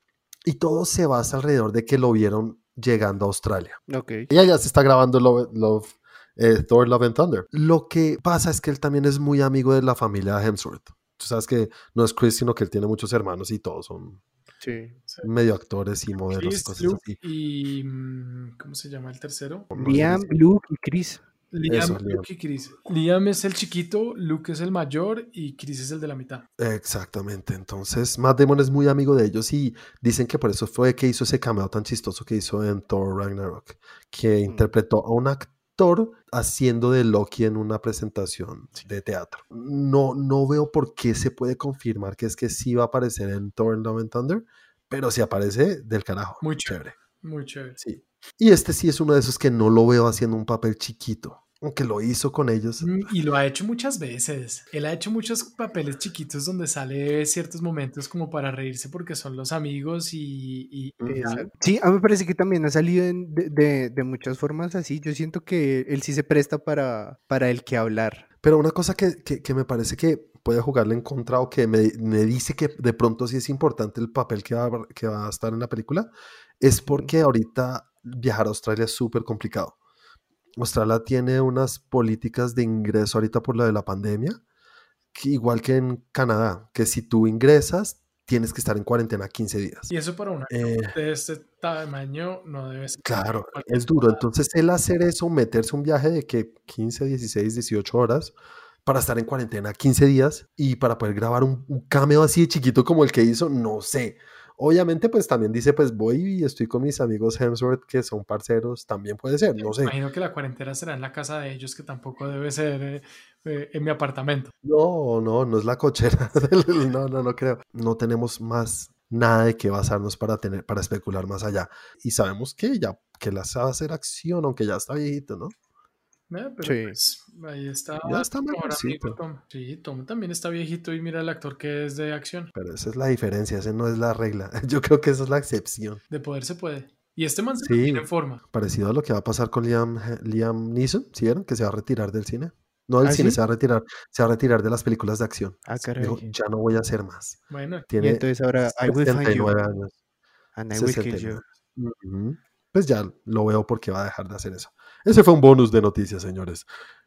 y todo se basa alrededor de que lo vieron llegando a Australia. Ok. Ella ya se está grabando Love, Love, eh, Thor Love and Thunder. Lo que pasa es que él también es muy amigo de la familia Hemsworth. Tú sabes que no es Chris, sino que él tiene muchos hermanos y todos son Sí. medio actores y modelos Chris, y cosas Luke así. y mm, ¿cómo se llama el tercero? No sé Liam, si- Luke y Chris. Liam, Eso, Liam. Luke y Chris. Liam es el chiquito, Luke es el mayor y Chris es el de la mitad. Exactamente, entonces Matt Damon es muy amigo de ellos y dicen que por eso fue que hizo ese cameo tan chistoso que hizo en Thor Ragnarok, que Mm. interpretó a un actor haciendo de Loki en una presentación de teatro. No, no veo por qué se puede confirmar que es que sí va a aparecer en Thor Love and Thunder, pero si aparece, del carajo. Muy chévere. Chévere. Muy chévere. Sí. Y este sí es uno de esos que no lo veo haciendo un papel chiquito, aunque lo hizo con ellos. Mm, Y lo ha hecho muchas veces. Él ha hecho muchos papeles chiquitos donde sale ciertos momentos como para reírse porque son los amigos y... y- Ujú. Exacto. Sí, a mí me parece que también ha salido en- de, de- de muchas formas así. Yo siento que él sí se presta para, para el que hablar. Pero una cosa que, que, que me parece que puede jugarle en contra o que me, me dice que de pronto sí es importante el papel que va, a- que va a estar en la película, es porque ahorita viajar a Australia es súper complicado. Australia tiene unas políticas de ingreso ahorita por lo de la pandemia, que igual que en Canadá, que si tú ingresas, tienes que estar en cuarentena quince días. Y eso para un actor Eh, de este tamaño no debe ser. Claro, cualquier es duro. cosa. Entonces, él hacer eso, meterse un viaje de que quince, dieciséis, dieciocho horas para estar en cuarentena quince días y para poder grabar un, un cameo así de chiquito como el que hizo, no sé. Obviamente, pues también dice, pues voy y estoy con mis amigos Hemsworth, que son parceros, también puede ser, no sé. Imagino que la cuarentena será en la casa de ellos, que tampoco debe ser eh, eh, en mi apartamento. No, no, no es la cochera. del- No, no, no creo. No tenemos más nada de qué basarnos para tener, para especular más allá. Y sabemos que ya, que la sabe hacer acción, aunque ya está viejito, ¿no? Eh, pero Sí. pues ahí está Ya está mi mejor amigo mayorcito. Tom. Sí, Tom también está viejito y mira el actor que es de acción. Pero esa es la diferencia, esa no es la regla. Yo creo que esa es la excepción. De poder se puede. Y este man se Sí. mantiene en forma. Parecido a lo que va a pasar con Liam, Liam Neeson, ¿sí vieron? Que se va a retirar del cine. No del ¿Ah, cine, sí? se va a retirar, se va a retirar de las películas de acción. Ah, Dijo, caray. ya no voy a hacer más. Bueno, Y Tiene entonces ahora, I will find sesenta y you nueve años. and I will kill sesenta y you. nueve. Ujú. Pues ya lo veo porque va a dejar de hacer eso. Ese fue un bonus de noticias, señores.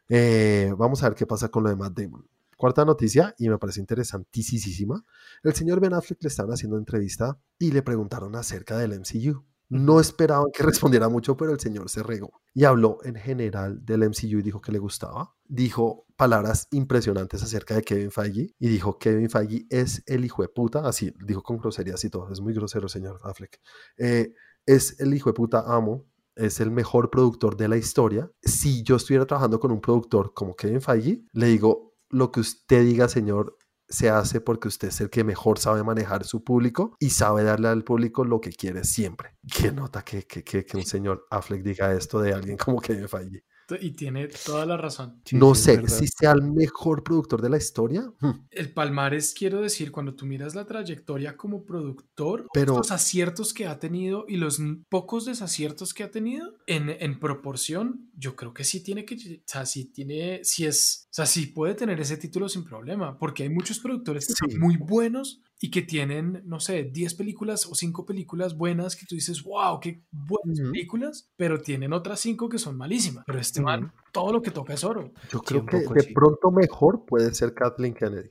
Eh, vamos a ver qué pasa con lo de Matt Damon. Cuarta noticia, y me parece interesantísima. El señor Ben Affleck le estaban haciendo entrevista y le preguntaron acerca del M C U. No esperaban que respondiera mucho, pero el señor se regó y habló en general del M C U y dijo que le gustaba. Dijo palabras impresionantes acerca de Kevin Feige y dijo Kevin Feige es el hijo de puta, así, dijo con groserías y todo, es muy grosero señor Affleck. Eh, es el hijo de puta amo, es el mejor productor de la historia. Si yo estuviera trabajando con un productor como Kevin Feige, le digo, lo que usted diga, señor, se hace porque usted es el que mejor sabe manejar su público y sabe darle al público lo que quiere siempre. ¿Qué nota que, que, que, que un señor Affleck diga esto de alguien como Kevin Feige? Y tiene toda la razón. Sí, no sí, es sé verdad. si sea el mejor productor de la historia, hmm, El palmarés, quiero decir, cuando tú miras la trayectoria como productor, pero los aciertos que ha tenido y los n- pocos desaciertos que ha tenido, en, en proporción, yo creo que sí tiene que, lle- o sea, sí tiene, sí es, o sea, sí puede tener ese título sin problema, porque hay muchos productores que son sí. muy buenos y que tienen, no sé, diez películas o cinco películas buenas que tú dices, wow, qué buenas Ujú. películas, pero tienen otras cinco que son malísimas. Pero este man, Ujú. todo lo que toca es oro. Yo Sí, creo un que poco de sí. pronto mejor puede ser Kathleen Kennedy.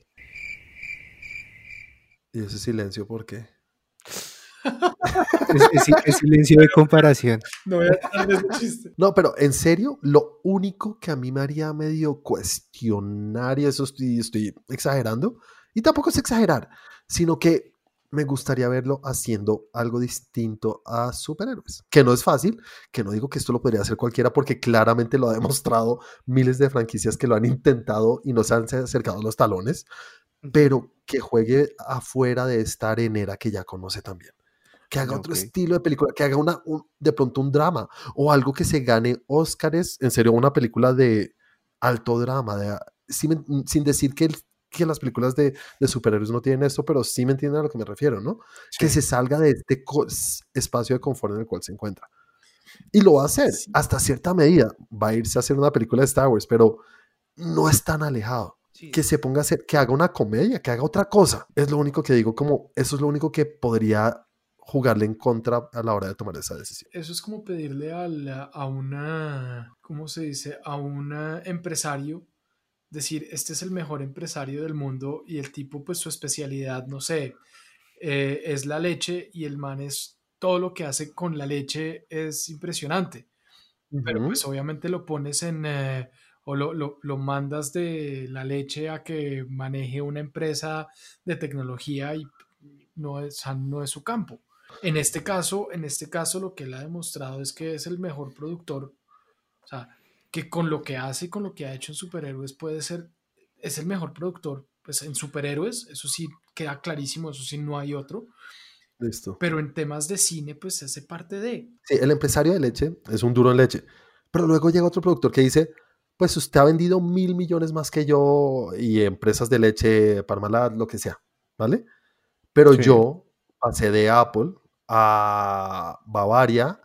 Y ese silencio, ¿por qué? Es, es si- es silencio de comparación. No voy a hablar de ese chiste. No, pero en serio, lo único que a mí me haría medio cuestionar, y eso estoy, estoy exagerando, y tampoco es exagerar, sino que me gustaría verlo haciendo algo distinto a superhéroes, que no es fácil, que no digo que esto lo podría hacer cualquiera, porque claramente lo ha demostrado miles de franquicias que lo han intentado y no se han acercado a los talones, Ujú. pero que juegue afuera de esta arenera que ya conoce también. Que haga otro Ok. estilo de película, que haga una, un- de pronto un drama o algo que se gane Óscares, en serio, una película de alto drama, de, sí me- sin decir que, el- que las películas de, de superhéroes no tienen esto, pero sí me entienden a lo que me refiero, ¿no? Que Sí. se salga de este co- s- espacio de confort en el cual se encuentra. Y lo va a hacer, Sí, hasta cierta medida. Va a irse a hacer una película de Star Wars, pero no es tan alejado. Sí. Que se ponga a hacer, que haga una comedia, que haga otra cosa. Es lo único que digo, como eso es lo único que podría jugarle en contra a la hora de tomar esa decisión. eso es como pedirle a, la- a una, ¿cómo se dice? A un eh, empresario, decir, este es el mejor empresario del mundo y el tipo, pues su especialidad, no sé, eh, es la leche y el man es, todo lo que hace con la leche es impresionante. Pero Ujú. pues obviamente lo pones en, eh, o lo, lo, lo mandas de la leche a que maneje una empresa de tecnología y no es, o sea, no es su campo. En este caso, en este caso lo que él ha demostrado es que es el mejor productor, o sea, que con lo que hace y con lo que ha hecho en superhéroes puede ser, es el mejor productor, pues en superhéroes, eso sí queda clarísimo, eso sí no hay otro, Listo. pero en temas de cine pues hace parte de, Sí, el empresario de leche es un duro en leche. Pero luego llega otro productor que dice, pues usted ha vendido mil millones más que yo y empresas de leche, Parmalat, lo que sea, ¿vale? Pero Sí. yo pasé de Apple a Bavaria,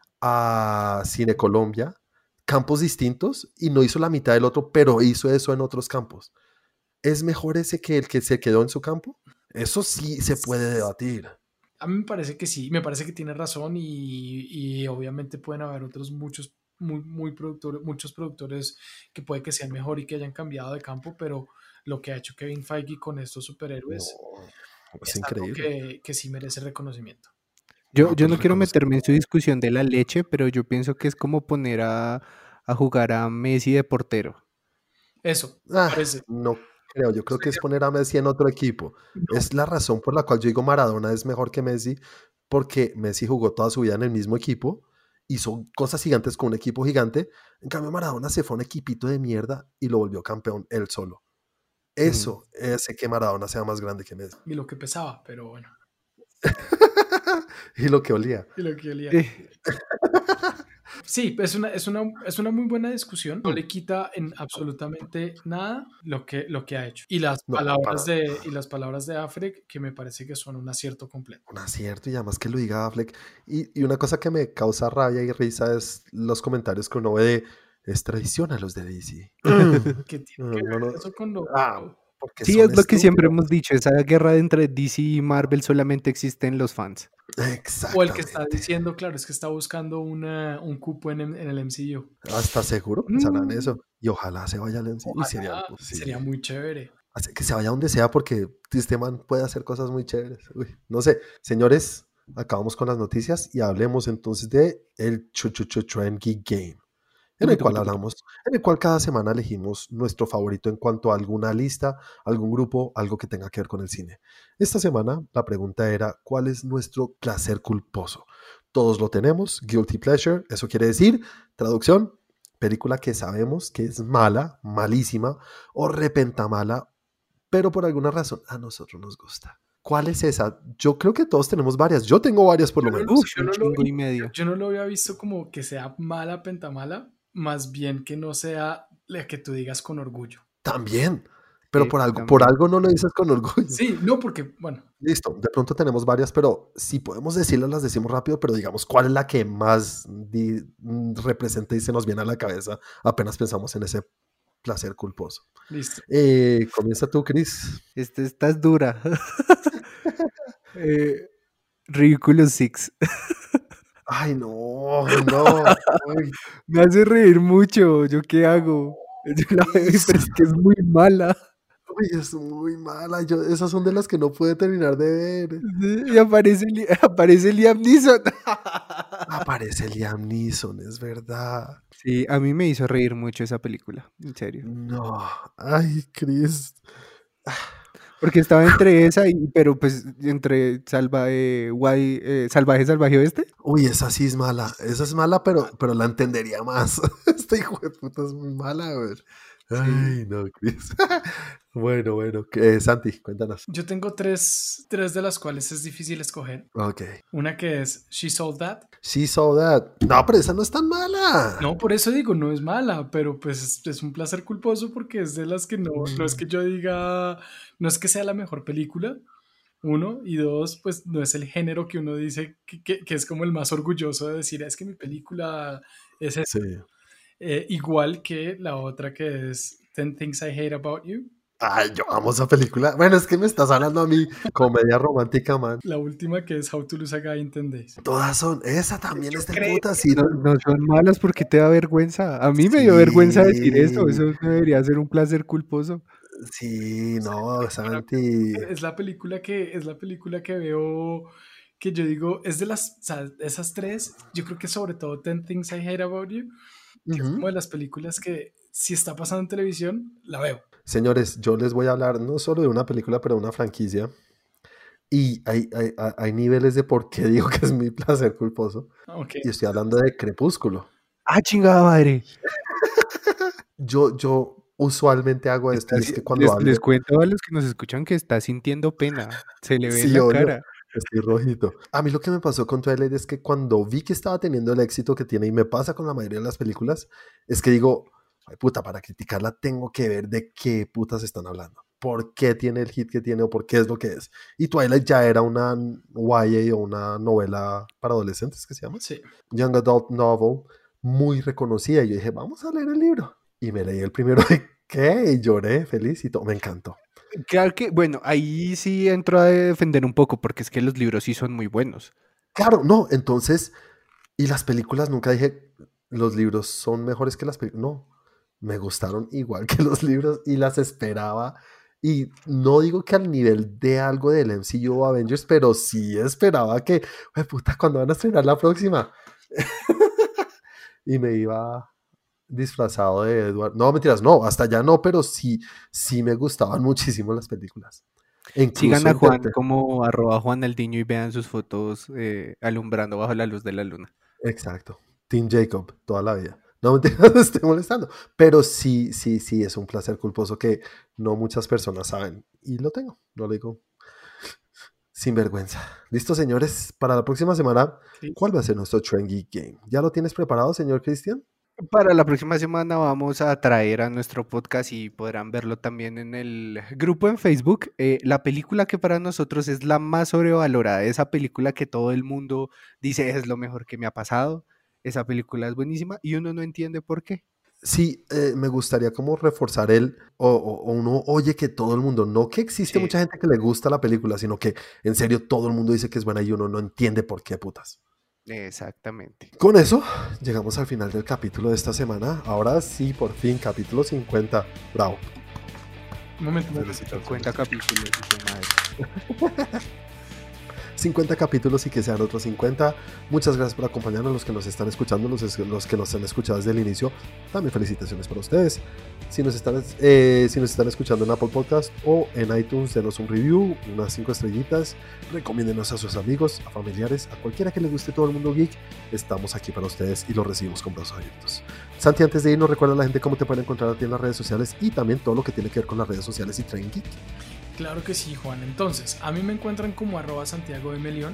a Cine Colombia, campos distintos y no hizo la mitad del otro, pero hizo eso en otros campos. ¿Es mejor ese que el que se quedó en su campo? Eso sí se puede debatir. a mí me parece que sí, me parece que tiene razón y, y obviamente pueden haber otros muchos, muy, muy productores, muchos productores que puede que sean mejor y que hayan cambiado de campo, pero lo que ha hecho Kevin Feige con estos No, superhéroes es es algo increíble. que, que sí merece reconocimiento. Yo, No, yo pues no quiero reconozco. meterme en su discusión de la leche, pero yo pienso que es como poner a, a jugar a Messi de portero. Eso, me Ah, parece. no creo, yo creo Estoy que es de poner a Messi en otro equipo. acuerdo. Es la razón por la cual yo digo Maradona es mejor que Messi, porque Messi jugó toda su vida en el mismo equipo, hizo cosas gigantes con un equipo gigante. En cambio, Maradona se fue a un equipito de mierda y lo volvió campeón él solo. Mm. Eso hace que Maradona sea más grande que Messi. Y lo que pesaba, pero bueno, Y lo que olía. y lo que olía. Eh, Sí, es una, es una, es una muy buena discusión. No le quita en absolutamente nada lo que, lo que ha hecho. Y las No, palabras para de, y las palabras de Affleck, que me parece que son un acierto completo. un acierto y además que lo diga Affleck. Y, y una cosa que me causa rabia y risa es los comentarios que uno ve de es traición a los de D C. ¿Qué tiene que No, no, ver no. eso con lo Ah, otro? porque Sí, son es lo que siempre estúpidos. hemos dicho, esa guerra entre D C y Marvel solamente existe en los fans. O el que está Exactamente. diciendo, claro, es que está buscando una, un cupo en, en el M C U. Hasta seguro pensarán Mm. eso. Y ojalá se vaya al M C U. Uy, sería, Ojalá, sí. sería muy chévere. Hace que se vaya donde sea porque este man puede hacer cosas muy chéveres. Uy, no sé, señores, acabamos con las noticias y hablemos entonces de el Chuchuchu Trend Geek Game, en Tucu, el tucu, cual tucu, tucu. hablamos, en el cual cada semana elegimos nuestro favorito en cuanto a alguna lista, algún grupo, algo que tenga que ver con el cine. Esta semana la pregunta era, ¿cuál es nuestro placer culposo? Todos lo tenemos, guilty pleasure, eso quiere decir, traducción, película que sabemos que es mala, malísima o repentamala, pero por alguna razón a nosotros nos gusta. ¿Cuál es esa? Yo creo que todos tenemos varias. Yo tengo varias por Yo lo no, lo- menos. Uf, yo un no lo chingo vi- y medio. yo no lo había visto como que sea mala, pentamala, más bien que no sea la que tú digas con orgullo. También, pero Sí, por algo, también. por algo no lo dices con orgullo. Sí, no, porque, bueno, Listo, de pronto tenemos varias, pero si podemos decirlas, las decimos rápido, pero digamos, ¿cuál es la que más di- mm, representa y se nos viene a la cabeza apenas pensamos en ese placer culposo? listo. Eh, comienza tú, Chris. Esta estás dura. eh, Ridículo Six. Ay, no, no. Ay, Me hace reír mucho. ¿Yo qué hago? Yo la veo, Chris. pero es que es muy mala. Uy, es muy mala. Yo, esas son de las que no pude terminar de ver. Y aparece, Li- aparece Liam Neeson. Aparece Liam Neeson, es verdad. Sí, a mí me hizo reír mucho esa película, en serio. No, ay, Chris. Porque estaba entre esa y, pero pues, entre salva, eh, Guay- eh, Salvaje Salvaje Oeste. Uy, esa sí es mala. Esa es mala, pero, pero la entendería más. Este hijo de puta es muy mala, güey. Sí. Ay, no, Chris. Bueno, bueno. ¿Qué, Santi? Cuéntanos. Yo tengo tres, tres de las cuales es difícil escoger. Ok. Una que es She Sold That. She saw that. No, pero esa no es tan mala. No, por eso digo, no es mala, pero pues es, es un placer culposo porque es de las que no, no es que yo diga, no es que sea la mejor película, uno, y dos, pues no es el género que uno dice que, que- que es como el más orgulloso de decir, es que mi película es esa. Sí. Eh, igual que la otra que es Ten Things I Hate About You. Ay, yo amo esa película. Bueno, es que me estás hablando a mí. Comedia romántica, man. La última que es How to Lose a Guy in ten Days. Todas son. Esa también Yo es de creo puta. Sí, No, no son malas porque te da vergüenza. A mí me dio vergüenza decir eso. Sí. Eso no debería ser un placer culposo. sí, no, Santi. Es la película que, es la película que veo, que yo digo, es de las, o sea, esas tres, yo creo que sobre todo Ten Things I Hate About You, que es Ujú. como de las películas que si está pasando en televisión, la veo. Señores, yo les voy a hablar no solo de una película, pero de una franquicia. Y hay, hay, hay- hay niveles de por qué digo que es mi placer culposo. Ok. Y estoy hablando de Crepúsculo. ¡Ah, chingada madre! Yo, yo usualmente hago esto y es Estás- que cuando les, hablo... les cuento a los que nos escuchan que está sintiendo pena. Se le ve en Sí, la obvio, cara. estoy rojito. A mí lo que me pasó con Twilight es que cuando vi que estaba teniendo el éxito que tiene, y me pasa con la mayoría de las películas, es que digo, ay puta, para criticarla tengo que ver de qué putas están hablando. ¿Por qué tiene el hit que tiene o por qué es lo que es? Y Twilight ya era una Y A o una novela para adolescentes, ¿qué se llama? Sí. Young Adult Novel, muy reconocida. Y yo dije, vamos a leer el libro. Y me leí el primero y ¿qué? Y lloré feliz y todo, me encantó. Claro que, bueno, ahí sí entro a defender un poco porque es que los libros sí son muy buenos. Claro, no, entonces, y las películas, nunca dije, los libros son mejores que las películas. No, me gustaron igual que los libros y las esperaba. Y no digo que al nivel de algo del M C U o Avengers, pero sí esperaba que, "Ay, puta, ¿cuándo van a estrenar la próxima?" Y me iba disfrazado de Edward. No, mentiras, no, hasta ya no, pero sí, sí me gustaban muchísimo las películas. E incluso Sigan a Juan intenté- como arroba Juan Aldiño y vean sus fotos eh, alumbrando bajo la luz de la luna. Exacto. Team Jacob, toda la vida. No me te estoy molestando. Pero sí, sí, sí, es un placer culposo que no muchas personas saben. Y lo tengo, lo digo sin vergüenza. Listo, señores. Para la próxima semana, Sí. ¿cuál va a ser nuestro Trend Geek Game? ¿Ya lo tienes preparado, señor Cristian? Para la próxima semana vamos a traer a nuestro podcast y podrán verlo también en el grupo en Facebook. eh, la película que para nosotros es la más sobrevalorada, esa película que todo el mundo dice es lo mejor que me ha pasado. Esa película es buenísima y uno no entiende por qué. Sí, eh, me gustaría como reforzar el, o, o- o uno oye que todo el mundo, no que existe Sí. mucha gente que le gusta la película, sino que en serio todo el mundo dice que es buena y uno no entiende por qué putas. Exactamente. Con eso, llegamos al final del capítulo de esta semana. Ahora sí, por fin, capítulo cincuenta. Bravo. Un momento, un momento. Felicitaciones. cincuenta capítulos. hijo de madre. cincuenta capítulos y que sean otros cincuenta. Muchas gracias por acompañarnos, los que nos están escuchando, los, es- los que nos han escuchado desde el inicio. También felicitaciones para ustedes. Si nos están, eh, si nos están escuchando en Apple Podcast o en iTunes, denos un review, unas cinco estrellitas. Recomiéndenos a sus amigos, a familiares, a cualquiera que les guste todo el mundo geek. Estamos aquí para ustedes y los recibimos con brazos abiertos. Santi, antes de irnos, recuerda a la gente cómo te pueden encontrar a ti en las redes sociales y también todo lo que tiene que ver con las redes sociales y Trend Geek. Claro que sí, Juan. Entonces, a mí me encuentran como arroba Santiago de Melión.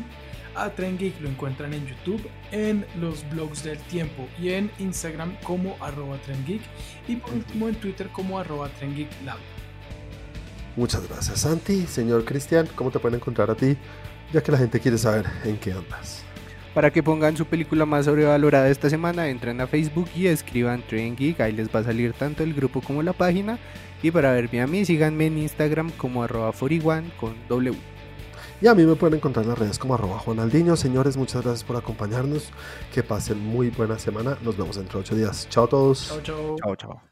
a Tren Geek. Lo encuentran en YouTube, en los blogs del tiempo y en Instagram como arroba Tren Geek, y por último en Twitter como arroba Tren Geek Lab. Muchas gracias, Santi. Señor Cristian, ¿cómo te pueden encontrar a ti? Ya que la gente quiere saber en qué andas. Para que pongan su película más sobrevalorada esta semana, entren a Facebook y escriban Tren Geek, ahí les va a salir tanto el grupo como la página. Y para verme a mí, síganme en Instagram como arroba cuarenta y uno con W. Y a mí me pueden encontrar en las redes como arroba Juan Aldiño. Señores, muchas gracias por acompañarnos. Que pasen muy buena semana. Nos vemos dentro de ocho días. Chao a todos. Chao, chao. Chao, chao.